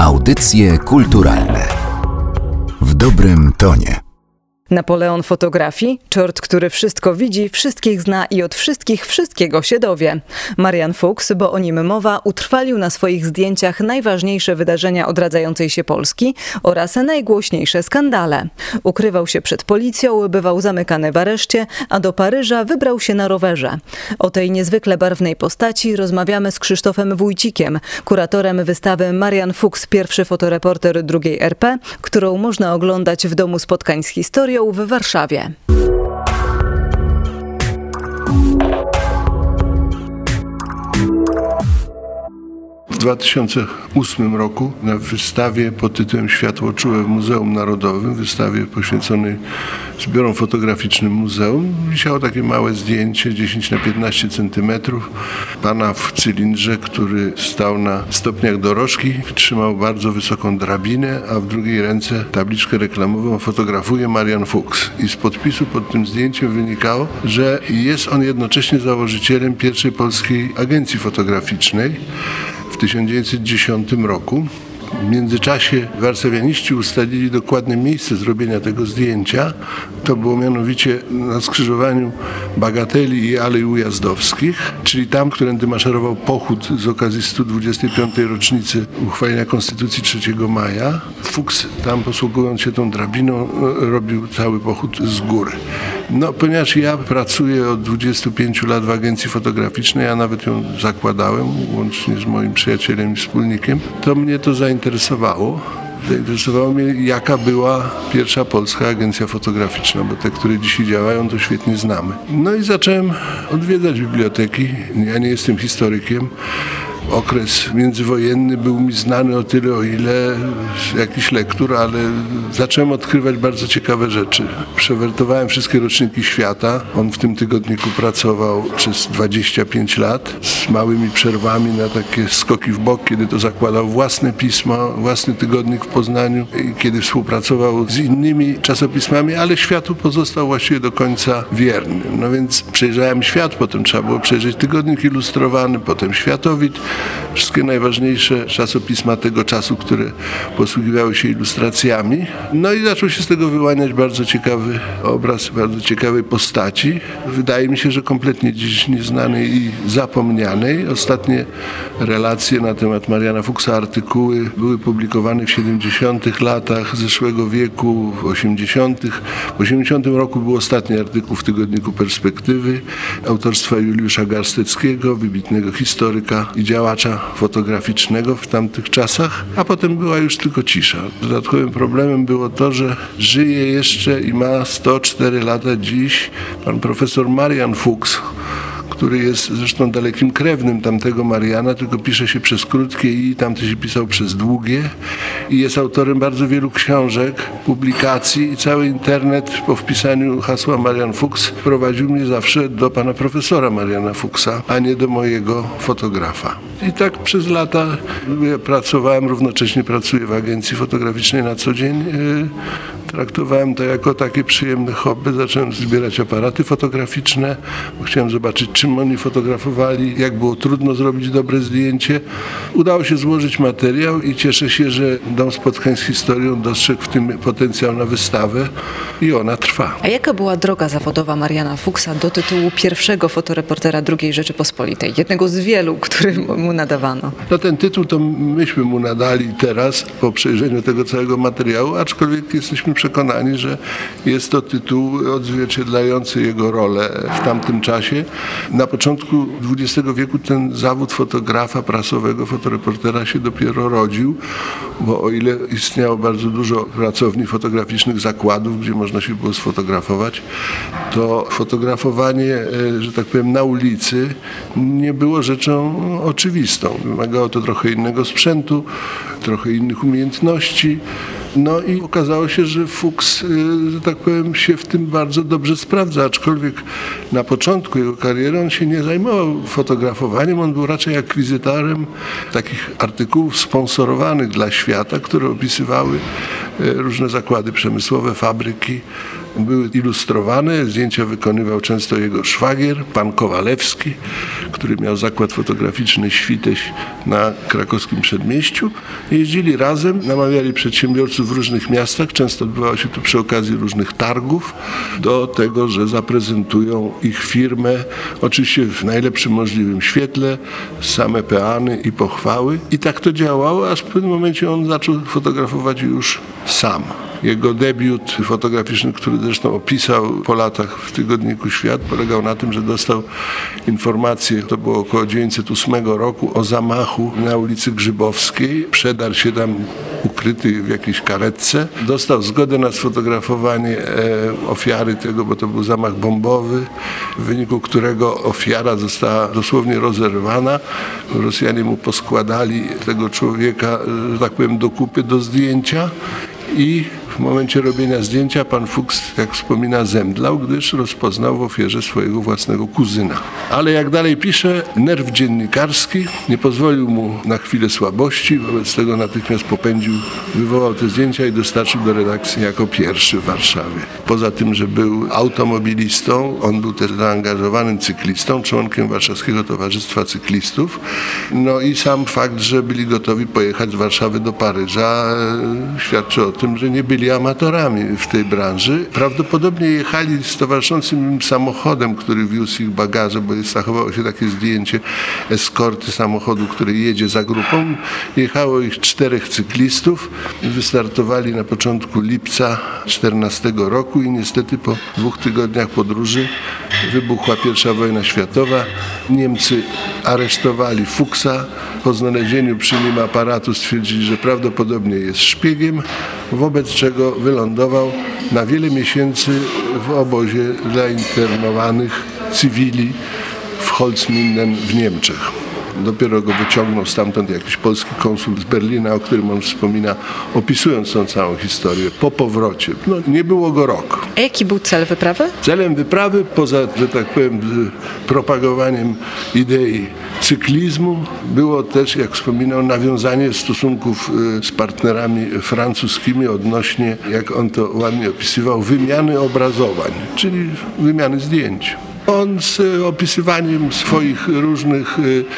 Audycje kulturalne w dobrym tonie. Napoleon fotografii, czort, który wszystko widzi, wszystkich zna i od wszystkich wszystkiego się dowie. Marian Fuchs, bo o nim mowa, utrwalił na swoich zdjęciach najważniejsze wydarzenia odradzającej się Polski oraz najgłośniejsze skandale. Ukrywał się przed policją, bywał zamykany w areszcie, a do Paryża wybrał się na rowerze. O tej niezwykle barwnej postaci rozmawiamy z Krzysztofem Wójcikiem, kuratorem wystawy Marian Fuchs, pierwszy fotoreporter II RP, którą można oglądać w Domu Spotkań z Historią w Warszawie. W 2008 roku na wystawie pod tytułem Światło czułe w Muzeum Narodowym, wystawie poświęconej zbiorom fotograficznym muzeum, wisiało takie małe zdjęcie 10 na 15 cm pana w cylindrze, który stał na stopniach dorożki, trzymał bardzo wysoką drabinę, a w drugiej ręce tabliczkę reklamową "Fotografuje Marian Fuchs". I z podpisu pod tym zdjęciem wynikało, że jest on jednocześnie założycielem pierwszej polskiej agencji fotograficznej w 1910 roku. W międzyczasie warszawianiści ustalili dokładne miejsce zrobienia tego zdjęcia. To było mianowicie na skrzyżowaniu Bagateli i Alei Ujazdowskich, czyli tam, którędy maszerował pochód z okazji 125. rocznicy uchwalenia Konstytucji 3 maja. Fuchs tam, posługując się tą drabiną, robił cały pochód z góry. Ponieważ ja pracuję od 25 lat w agencji fotograficznej, a nawet ją zakładałem, łącznie z moim przyjacielem i wspólnikiem, to mnie to zainteresowało. Zainteresowało mnie, jaka była pierwsza polska agencja fotograficzna, bo te, które dzisiaj działają, to świetnie znamy. I zacząłem odwiedzać biblioteki. Ja nie jestem historykiem. Okres międzywojenny był mi znany o tyle, o ile jakiś lektur, ale zacząłem odkrywać bardzo ciekawe rzeczy. Przewertowałem wszystkie roczniki świata. On w tym tygodniku pracował przez 25 lat z małymi przerwami na takie skoki w bok, kiedy to zakładał własne pismo, własny tygodnik w Poznaniu i kiedy współpracował z innymi czasopismami, ale światu pozostał właściwie do końca wierny. Więc przejrzałem Świat, potem trzeba było przejrzeć Tygodnik Ilustrowany, potem Światowid. Wszystkie najważniejsze czasopisma tego czasu, które posługiwały się ilustracjami. I zaczął się z tego wyłaniać bardzo ciekawy obraz, bardzo ciekawej postaci. Wydaje mi się, że kompletnie dziś nieznanej i zapomnianej. Ostatnie relacje na temat Mariana Fuchsa, artykuły były publikowane w 70. latach zeszłego wieku, w 80. W 80. roku był ostatni artykuł w tygodniku Perspektywy autorstwa Juliusza Garsteckiego, wybitnego historyka i działacza fotograficznego w tamtych czasach, a potem była już tylko cisza. Dodatkowym problemem było to, że żyje jeszcze i ma 104 lata dziś pan profesor Marian Fuchs, który jest zresztą dalekim krewnym tamtego Mariana, tylko pisze się przez krótkie i tamty się pisał przez długie i jest autorem bardzo wielu książek, publikacji i cały internet po wpisaniu hasła Marian Fuchs prowadził mnie zawsze do pana profesora Mariana Fuchsa, a nie do mojego fotografa. I tak przez lata pracowałem, równocześnie pracuję w agencji fotograficznej na co dzień. Traktowałem to jako takie przyjemne hobby. Zacząłem zbierać aparaty fotograficzne, bo chciałem zobaczyć, czym oni fotografowali, jak było trudno zrobić dobre zdjęcie. Udało się złożyć materiał i cieszę się, że Dom Spotkań z Historią dostrzegł w tym potencjał na wystawę i ona trwa. A jaka była droga zawodowa Mariana Fuchsa do tytułu pierwszego fotoreportera II Rzeczypospolitej? Jednego z wielu, który mu nadawano. Ten tytuł to myśmy mu nadali teraz po przejrzeniu tego całego materiału, aczkolwiek jesteśmy przekonani, że jest to tytuł odzwierciedlający jego rolę w tamtym czasie. Na początku XX wieku ten zawód fotografa prasowego, fotoreportera się dopiero rodził, bo o ile istniało bardzo dużo pracowni fotograficznych, zakładów, gdzie można się było sfotografować, to fotografowanie, że tak powiem, na ulicy nie było rzeczą oczywistą. Wymagało to trochę innego sprzętu, trochę innych umiejętności. I okazało się, że Fuchs, że tak powiem, się w tym bardzo dobrze sprawdza, aczkolwiek na początku jego kariery on się nie zajmował fotografowaniem, on był raczej akwizytorem takich artykułów sponsorowanych dla świata, które opisywały różne zakłady przemysłowe, fabryki, były ilustrowane. Zdjęcia wykonywał często jego szwagier, pan Kowalewski, który miał zakład fotograficzny Świteś na krakowskim Przedmieściu. Jeździli razem, namawiali przedsiębiorców w różnych miastach, często odbywało się to przy okazji różnych targów, do tego, że zaprezentują ich firmę, oczywiście w najlepszym możliwym świetle, same peany i pochwały. I tak to działało, aż w pewnym momencie on zaczął fotografować już sam. Jego debiut fotograficzny, który zresztą opisał po latach w tygodniku Świat, polegał na tym, że dostał informację, to było około 1908 roku, o zamachu na ulicy Grzybowskiej. Przedarł się tam ukryty w jakiejś karetce. Dostał zgodę na sfotografowanie ofiary tego, bo to był zamach bombowy, w wyniku którego ofiara została dosłownie rozerwana. Rosjanie mu poskładali tego człowieka, że tak powiem, do kupy, do zdjęcia. I w momencie robienia zdjęcia pan Fuchs, jak wspomina, zemdlał, gdyż rozpoznał w ofierze swojego własnego kuzyna. Ale jak dalej pisze, nerw dziennikarski nie pozwolił mu na chwilę słabości, wobec tego natychmiast popędził, wywołał te zdjęcia i dostarczył do redakcji jako pierwszy w Warszawie. Poza tym, że był automobilistą, on był też zaangażowanym cyklistą, członkiem Warszawskiego Towarzystwa Cyklistów. No i sam fakt, że byli gotowi pojechać z Warszawy do Paryża, świadczy o tym, że nie byli amatorami w tej branży. Prawdopodobnie jechali z towarzyszącym im samochodem, który wiózł ich bagaże, bo zachowało się takie zdjęcie eskorty samochodu, który jedzie za grupą. Jechało ich 4 cyklistów. Wystartowali na początku lipca 2014 roku i niestety po 2 tygodniach podróży wybuchła I wojna światowa. Niemcy aresztowali Fuchsa. Po znalezieniu przy nim aparatu stwierdzili, że prawdopodobnie jest szpiegiem, wobec czego wylądował na wiele miesięcy w obozie dla internowanych cywili w Holzminden w Niemczech. Dopiero go wyciągnął stamtąd jakiś polski konsul z Berlina, o którym on wspomina, opisując tą całą historię po powrocie. No, nie było go rok. A jaki był cel wyprawy? Celem wyprawy, poza, że tak powiem, propagowaniem idei cyklizmu, było też, jak wspominał, nawiązanie stosunków z partnerami francuskimi odnośnie, jak on to ładnie opisywał, wymiany obrazowań, czyli wymiany zdjęć. On z opisywaniem swoich różnych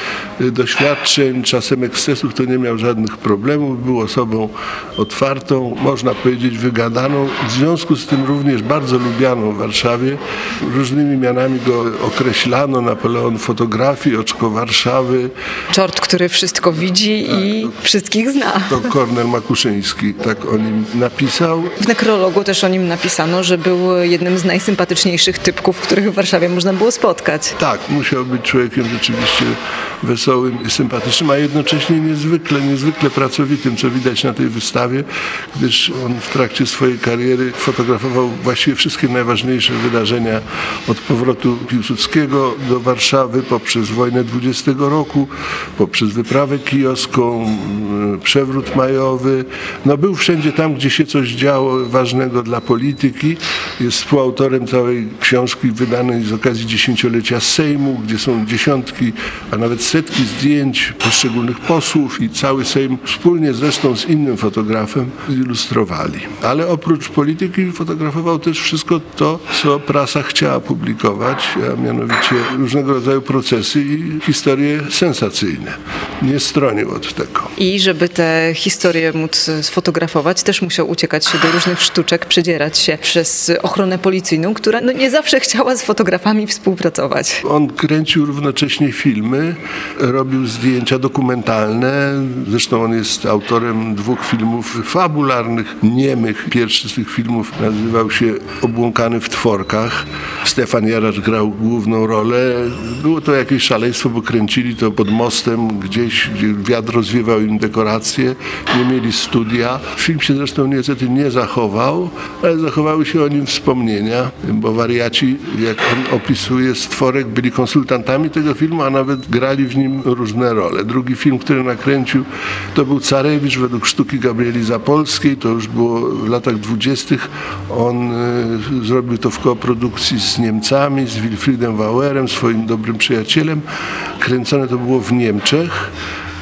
doświadczeń, czasem ekscesów, to nie miał żadnych problemów, był osobą otwartą, można powiedzieć wygadaną, w związku z tym również bardzo lubianą w Warszawie. Różnymi mianami go określano: Napoleon fotografii, oczko Warszawy. Czort, który wszystko widzi i wszystkich zna. To Kornel Makuszyński tak o nim napisał. W nekrologu też o nim napisano, że był jednym z najsympatyczniejszych typków, których w Warszawie można było spotkać. Tak, musiał być człowiekiem rzeczywiście wesołym i sympatycznym, a jednocześnie niezwykle pracowitym, co widać na tej wystawie, gdyż on w trakcie swojej kariery fotografował właściwie wszystkie najważniejsze wydarzenia od powrotu Piłsudskiego do Warszawy, poprzez wojnę 20 roku, poprzez wyprawę kijowską, przewrót majowy. No, był wszędzie tam, gdzie się coś działo ważnego dla polityki. Jest współautorem całej książki wydanej z okazji 10-lecia Sejmu, gdzie są dziesiątki, a nawet setki zdjęć poszczególnych posłów i cały Sejm wspólnie zresztą z innym fotografem zilustrowali. Ale oprócz polityki fotografował też wszystko to, co prasa chciała publikować, a mianowicie różnego rodzaju procesy i historie sensacyjne. Nie stronił od tego. I żeby te historie móc sfotografować, też musiał uciekać się do różnych sztuczek, przedzierać się przez ochronę policyjną, która nie zawsze chciała z fotografami współpracować. On kręcił równocześnie filmy, robił zdjęcia dokumentalne. Zresztą on jest autorem 2 filmów fabularnych, niemych. Pierwszy z tych filmów nazywał się Obłąkany w tworkach. Stefan Jaracz grał główną rolę. Było to jakieś szaleństwo, bo kręcili to pod mostem gdzieś, gdzie wiatr rozwiewał im dekoracje. Nie mieli studia. Film się zresztą niestety nie zachował, ale zachowały się o nim wspomnienia, bo wariaci, jak on opisuje, z tworek byli konsultantami tego filmu, a nawet grali w nim różne role. Drugi film, który nakręcił, to był Carewicz według sztuki Gabrieli Zapolskiej. To już było w latach 20. On zrobił to w koprodukcji z Niemcami, z Wilfriedem Wauerem, swoim dobrym przyjacielem. Kręcone to było w Niemczech.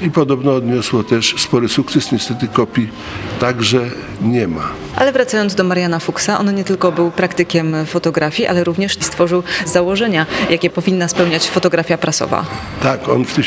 i podobno odniosło też spory sukces. Niestety kopii także nie ma. Ale wracając do Mariana Fuchsa, on nie tylko był praktykiem fotografii, ale również stworzył założenia, jakie powinna spełniać fotografia prasowa. Tak, on w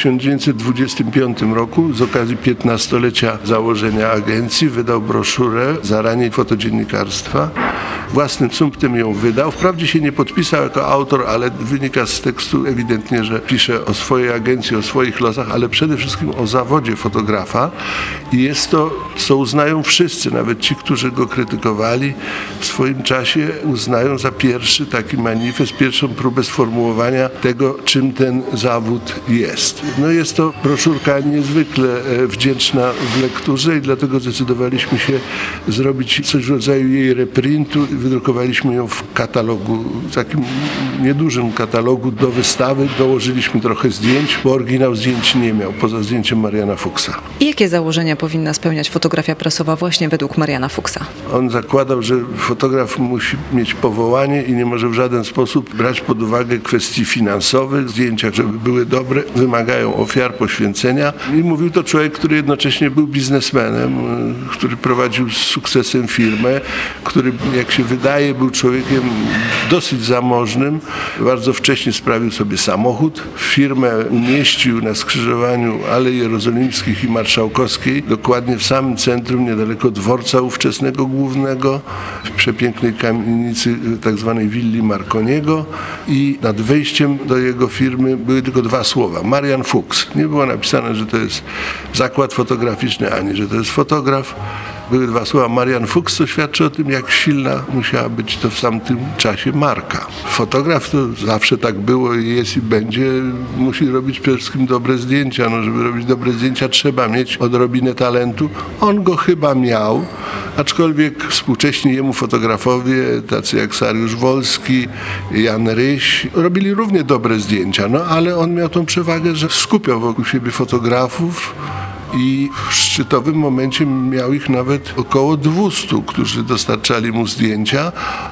1925 roku z okazji 15-lecia założenia agencji wydał broszurę Zaranie fotodziennikarstwa. Własnym sumptem ją wydał. Wprawdzie się nie podpisał jako autor, ale wynika z tekstu ewidentnie, że pisze o swojej agencji, o swoich losach, ale przede wszystkim o zawodzie fotografa. I jest to, co uznają wszyscy, nawet ci, którzy go krytykowali, w swoim czasie uznają za pierwszy taki manifest, pierwszą próbę sformułowania tego, czym ten zawód jest. No jest to broszurka niezwykle wdzięczna w lekturze i dlatego zdecydowaliśmy się zrobić coś w rodzaju jej reprintu. Wydrukowaliśmy ją w katalogu, takim niedużym katalogu do wystawy. Dołożyliśmy trochę zdjęć, bo oryginał zdjęć nie miał, poza zdjęciem Mariana Fuchsa. I jakie założenia powinna spełniać fotografia prasowa właśnie według Mariana Fuchsa? On zakładał, że fotograf musi mieć powołanie i nie może w żaden sposób brać pod uwagę kwestii finansowych. Zdjęcia, żeby były dobre, wymagają ofiar, poświęcenia. I mówił to człowiek, który jednocześnie był biznesmenem, który prowadził z sukcesem firmę, który, jak się wydaje, był człowiekiem dosyć zamożnym. Bardzo wcześnie sprawił sobie samochód. Firmę umieścił na skrzyżowaniu Alei Jerozolimskich i Marszałkowskiej, dokładnie w samym centrum, niedaleko dworca ówczesnego głównego, w przepięknej kamienicy tak zwanej willi Marconiego, i nad wejściem do jego firmy były tylko dwa słowa: Marian Fuchs. Nie było napisane, że to jest zakład fotograficzny, ani że to jest fotograf. Były dwa słowa Marian Fuchs, co świadczy o tym, jak silna musiała być to w tamtym czasie marka. Fotograf to zawsze tak było i jest i będzie, musi robić przede wszystkim dobre zdjęcia. No, żeby robić dobre zdjęcia, trzeba mieć odrobinę talentu. On go chyba miał, aczkolwiek współcześni jemu fotografowie, tacy jak Sariusz Wolski, Jan Ryś, robili równie dobre zdjęcia, no ale on miał tą przewagę, że skupiał wokół siebie fotografów, i w szczytowym momencie miał ich nawet około 200, którzy dostarczali mu zdjęcia,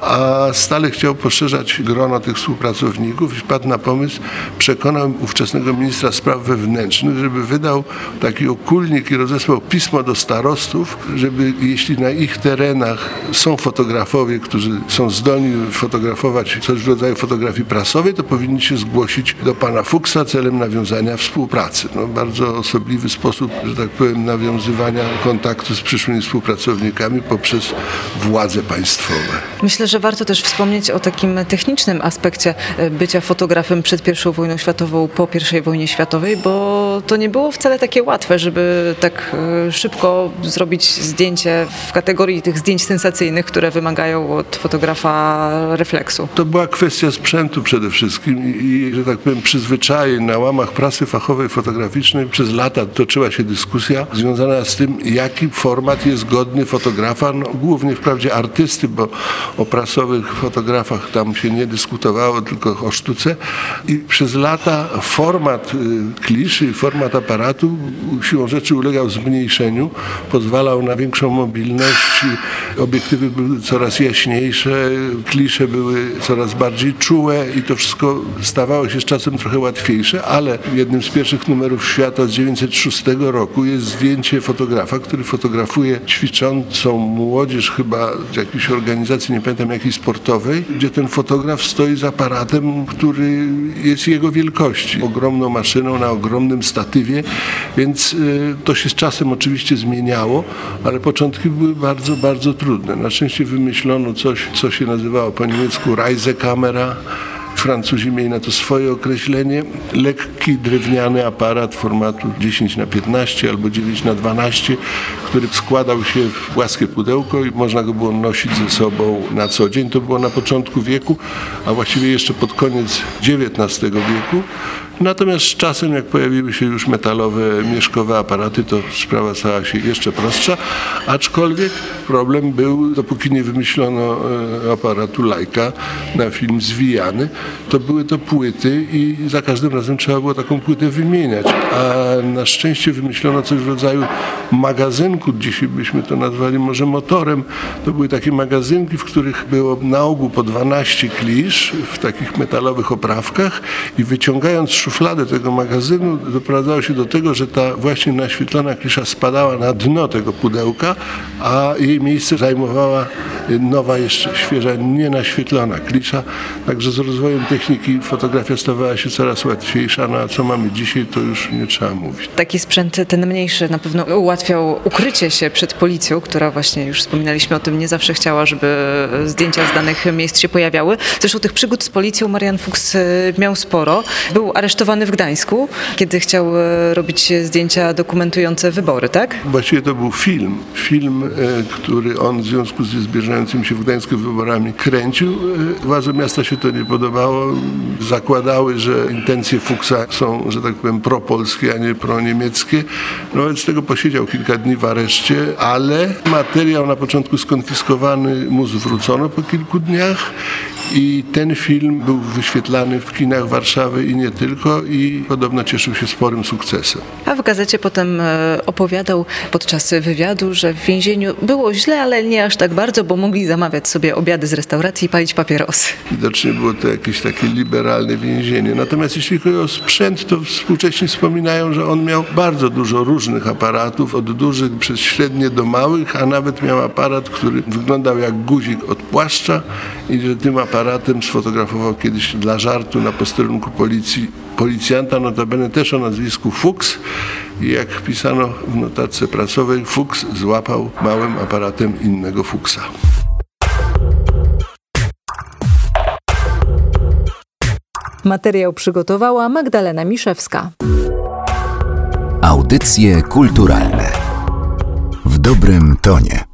a stale chciał poszerzać grono tych współpracowników i wpadł na pomysł, przekonał ówczesnego ministra spraw wewnętrznych, żeby wydał taki okulnik i rozesłał pismo do starostów, żeby jeśli na ich terenach są fotografowie, którzy są zdolni fotografować coś w rodzaju fotografii prasowej, to powinni się zgłosić do pana Fuchsa celem nawiązania współpracy. No, bardzo osobliwy sposób, że tak powiem, nawiązywania kontaktu z przyszłymi współpracownikami poprzez władze państwowe. Myślę, że warto też wspomnieć o takim technicznym aspekcie bycia fotografem przed I wojną światową, po I wojnie światowej, bo to nie było wcale takie łatwe, żeby tak szybko zrobić zdjęcie w kategorii tych zdjęć sensacyjnych, które wymagają od fotografa refleksu. To była kwestia sprzętu przede wszystkim i że tak powiem, przyzwyczajeń. Na łamach prasy fachowej fotograficznej przez lata toczyła się dyskusja związana z tym, jaki format jest godny fotografa, no, głównie wprawdzie artysty, bo o prasowych fotografach tam się nie dyskutowało, tylko o sztuce. I przez lata format kliszy i format aparatu siłą rzeczy ulegał zmniejszeniu, pozwalał na większą mobilność, obiektywy były coraz jaśniejsze, klisze były coraz bardziej czułe i to wszystko stawało się z czasem trochę łatwiejsze, ale jednym z pierwszych numerów Świata z 1906 roku jest zdjęcie fotografa, który fotografuje ćwiczącą młodzież chyba z jakiejś organizacji, nie pamiętam jakiej sportowej, gdzie ten fotograf stoi z aparatem, który jest jego wielkości. Ogromną maszyną na ogromnym statywie, więc to się z czasem oczywiście zmieniało, ale początki były bardzo, bardzo trudne. Na szczęście wymyślono coś, co się nazywało po niemiecku Reisekamera. Francuzi mieli na to swoje określenie. Lekki, drewniany aparat formatu 10x15 albo 9x12, który składał się w płaskie pudełko i można go było nosić ze sobą na co dzień. To było na początku wieku, a właściwie jeszcze pod koniec XIX wieku. Natomiast z czasem, jak pojawiły się już metalowe, mieszkowe aparaty, to sprawa stała się jeszcze prostsza, aczkolwiek problem był, dopóki nie wymyślono aparatu Leica na film zwijany, to były to płyty i za każdym razem trzeba było taką płytę wymieniać, a na szczęście wymyślono coś w rodzaju magazynku, dzisiaj byśmy to nazwali może motorem. To były takie magazynki, w których było na ogół po 12 klisz w takich metalowych oprawkach i wyciągając szufladę tego magazynu doprowadzało się do tego, że ta właśnie naświetlona klisza spadała na dno tego pudełka, a jej miejsce zajmowała nowa, jeszcze świeża, nienaświetlona klisza. Także z rozwojem techniki fotografia stawała się coraz łatwiejsza, no a co mamy dzisiaj, to już nie trzeba mówić. Taki sprzęt, ten mniejszy, na pewno ułatwiał ukrycie się przed policją, która właśnie, już wspominaliśmy o tym, nie zawsze chciała, żeby zdjęcia z danych miejsc się pojawiały. Zresztą tych przygód z policją Marian Fuchs miał sporo. Był aresztowany w Gdańsku, kiedy chciał robić zdjęcia dokumentujące wybory, tak? Właściwie to był film, który on w związku ze zbliżającymi się w Gdańsku wyborami kręcił. Władzom miasta się to nie podobało. Zakładały, że intencje Fuchsa są, że tak powiem, propolskie, a nie proniemieckie. No więc tego posiedział kilka dni w areszcie, ale materiał na początku skonfiskowany mu zwrócono po kilku dniach i ten film był wyświetlany w kinach Warszawy i nie tylko i podobno cieszył się sporym sukcesem. A w gazecie potem opowiadał podczas wywiadu, że w więzieniu było źle, ale nie aż tak bardzo, bo mogli zamawiać sobie obiady z restauracji i palić papierosy. Widocznie było to jakieś takie liberalne więzienie. Natomiast jeśli chodzi o sprzęt, to współcześni wspominają, że on miał bardzo dużo różnych aparatów, od dużych przez średnie do małych, a nawet miał aparat, który wyglądał jak guzik od płaszcza i że tym aparatem sfotografował kiedyś dla żartu na posterunku policji policjanta, notabene też o nazwisku Fuchs. I jak pisano w notatce prasowej, Fuchs złapał małym aparatem innego Fuchsa. Materiał przygotowała Magdalena Miszewska. Audycje kulturalne w dobrym tonie.